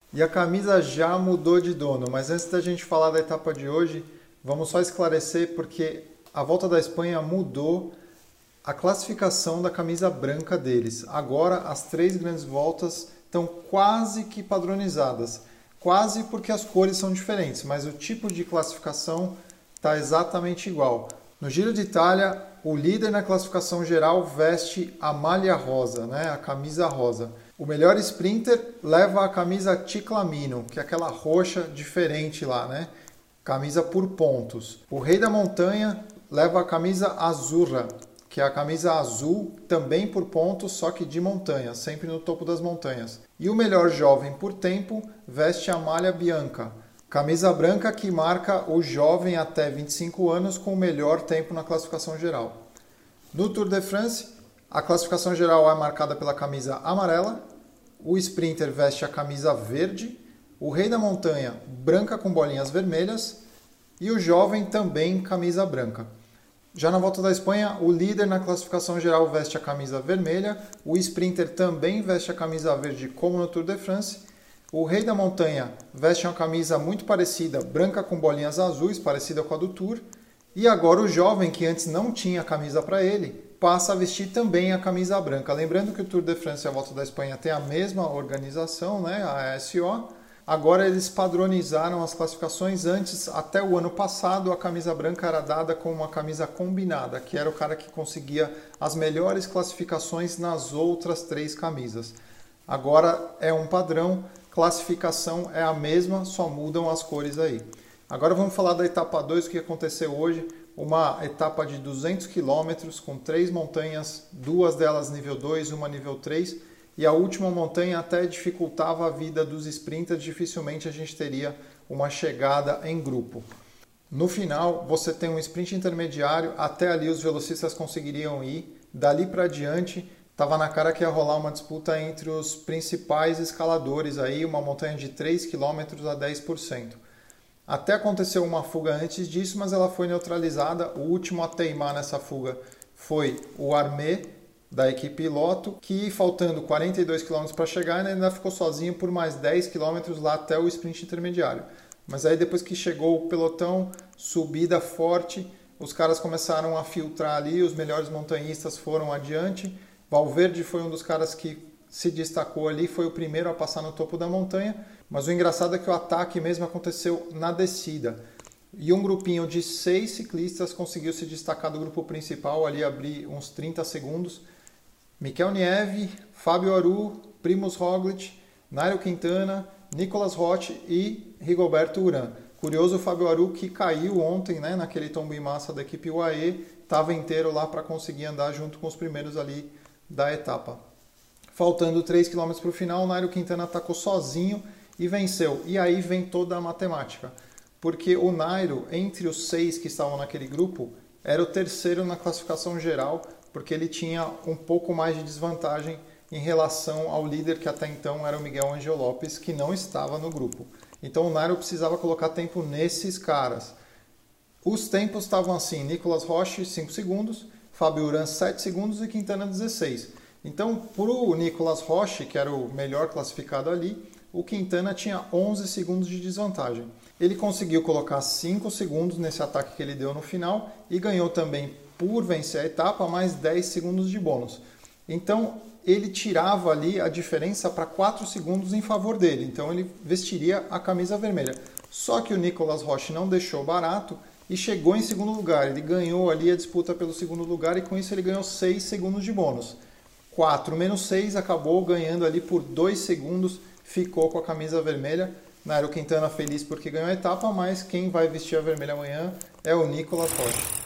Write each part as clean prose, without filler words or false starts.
E a camisa já mudou de dono, mas antes da gente falar da etapa de hoje, vamos só esclarecer porque a Volta da Espanha mudou a classificação da camisa branca deles. Agora as três grandes voltas estão quase que padronizadas. Quase porque as cores são diferentes, mas o tipo de classificação está exatamente igual. No Giro de Itália, o líder na classificação geral veste a malha rosa, né? A camisa rosa. O melhor sprinter leva a camisa ciclamino, que é aquela roxa diferente lá, né? Camisa por pontos. O rei da montanha leva a camisa azurra, que é a camisa azul, também por pontos, só que de montanha, sempre no topo das montanhas. E o melhor jovem por tempo veste a malha bianca, camisa branca que marca o jovem até 25 anos com o melhor tempo na classificação geral. No Tour de France, a classificação geral é marcada pela camisa amarela, o sprinter veste a camisa verde, o rei da montanha branca com bolinhas vermelhas e o jovem também camisa branca. Já na Volta da Espanha, o líder na classificação geral veste a camisa vermelha, o sprinter também veste a camisa verde como no Tour de France, o rei da montanha veste uma camisa muito parecida, branca com bolinhas azuis, parecida com a do Tour, e agora o jovem, que antes não tinha camisa para ele, passa a vestir também a camisa branca. Lembrando que o Tour de France e a Volta da Espanha têm a mesma organização, né, a ASO. Agora eles padronizaram as classificações. Antes, até o ano passado, a camisa branca era dada como uma camisa combinada, que era o cara que conseguia as melhores classificações nas outras três camisas. Agora é um padrão, classificação é a mesma, só mudam as cores aí. Agora vamos falar da etapa 2, o que aconteceu hoje. Uma etapa de 200 km com 3 montanhas, 2 delas nível 2, uma nível 3. E a última montanha até dificultava a vida dos sprinters, dificilmente a gente teria uma chegada em grupo. No final, você tem um sprint intermediário, até ali os velocistas conseguiriam ir. Dali para diante, estava na cara que ia rolar uma disputa entre os principais escaladores, aí, uma montanha de 3 km a 10%. Até aconteceu uma fuga antes disso, mas ela foi neutralizada. O último a teimar nessa fuga foi o Armé, da equipe Lotto, que faltando 42 km para chegar, ainda ficou sozinho por mais 10 km lá até o sprint intermediário. Mas aí depois que chegou o pelotão, subida forte, os caras começaram a filtrar ali, os melhores montanhistas foram adiante. Valverde foi um dos caras que se destacou ali, foi o primeiro a passar no topo da montanha, mas o engraçado é que o ataque mesmo aconteceu na descida. E um grupinho de 6 ciclistas conseguiu se destacar do grupo principal, ali abrir uns 30 segundos. Mikel Nieve, Fábio Aru, Primož Roglic, Nairo Quintana, Nicolas Roche e Rigoberto Urán. Curioso o Fábio Aru que caiu ontem, né, naquele tombo em massa da equipe UAE, estava inteiro lá para conseguir andar junto com os primeiros ali da etapa. Faltando 3 km para o final, o Nairo Quintana atacou sozinho e venceu. E aí vem toda a matemática, porque o Nairo, entre os 6 que estavam naquele grupo, era o terceiro na classificação geral, porque ele tinha um pouco mais de desvantagem em relação ao líder que até então era o Miguel Angel Lopes, que não estava no grupo. Então o Nairo precisava colocar tempo nesses caras. Os tempos estavam assim: Nicolas Roche 5 segundos, Fábio Urán 7 segundos e Quintana 16. Então, para o Nicolas Roche, que era o melhor classificado ali, o Quintana tinha 11 segundos de desvantagem. Ele conseguiu colocar 5 segundos nesse ataque que ele deu no final e ganhou também, por vencer a etapa, mais 10 segundos de bônus. Então, ele tirava ali a diferença para 4 segundos em favor dele. Então, ele vestiria a camisa vermelha. Só que o Nicolas Roche não deixou barato e chegou em segundo lugar. Ele ganhou ali a disputa pelo segundo lugar e com isso ele ganhou 6 segundos de bônus. 4 menos 6 acabou ganhando ali por 2 segundos, ficou com a camisa vermelha. Nairo Quintana feliz porque ganhou a etapa, mas quem vai vestir a vermelha amanhã é o Nicolas Roche.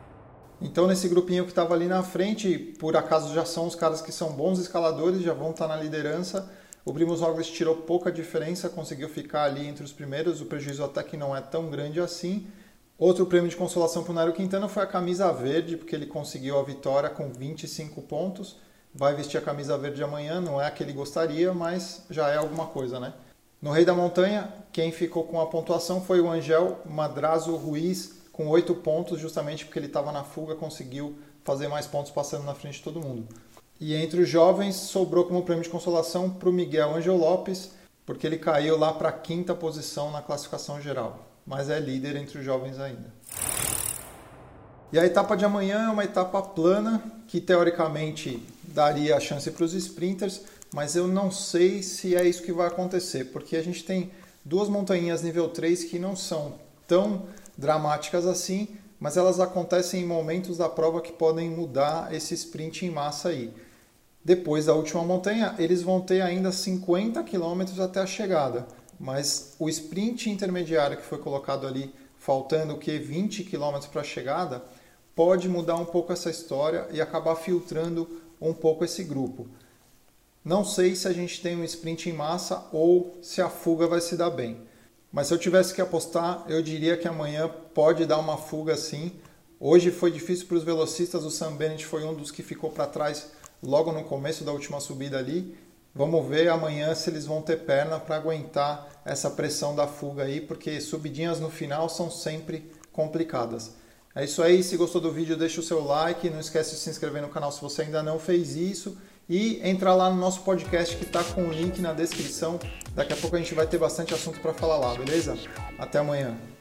Então nesse grupinho que estava ali na frente, por acaso já são os caras que são bons escaladores, já vão estar na liderança. O Primož Roglic tirou pouca diferença, conseguiu ficar ali entre os primeiros, o prejuízo até que não é tão grande assim. Outro prêmio de consolação para o Nairo Quintana foi a camisa verde, porque ele conseguiu a vitória com 25 pontos. Vai vestir a camisa verde amanhã, não é a que ele gostaria, mas já é alguma coisa, né? No Rei da Montanha, quem ficou com a pontuação foi o Angel Madrazo Ruiz, com 8 pontos, justamente porque ele estava na fuga, conseguiu fazer mais pontos passando na frente de todo mundo. E entre os jovens, sobrou como prêmio de consolação para o Miguel Angel Lopes, porque ele caiu lá para a 5ª posição na classificação geral, mas é líder entre os jovens ainda. E a etapa de amanhã é uma etapa plana, que teoricamente daria a chance para os sprinters, mas eu não sei se é isso que vai acontecer, porque a gente tem 2 montanhas nível 3 que não são tão dramáticas assim, mas elas acontecem em momentos da prova que podem mudar esse sprint em massa aí. Depois da última montanha, eles vão ter ainda 50 km até a chegada, mas o sprint intermediário que foi colocado ali, faltando 20 km para a chegada, pode mudar um pouco essa história e acabar filtrando um pouco esse grupo. Não sei se a gente tem um sprint em massa ou se a fuga vai se dar bem. Mas se eu tivesse que apostar, eu diria que amanhã pode dar uma fuga sim. Hoje foi difícil para os velocistas, o Sam Bennett foi um dos que ficou para trás logo no começo da última subida ali. Vamos ver amanhã se eles vão ter perna para aguentar essa pressão da fuga aí, porque subidinhas no final são sempre complicadas. É isso aí, se gostou do vídeo deixa o seu like, não esquece de se inscrever no canal se você ainda não fez isso e entrar lá no nosso podcast que está com o link na descrição. Daqui a pouco a gente vai ter bastante assunto para falar lá, beleza? Até amanhã.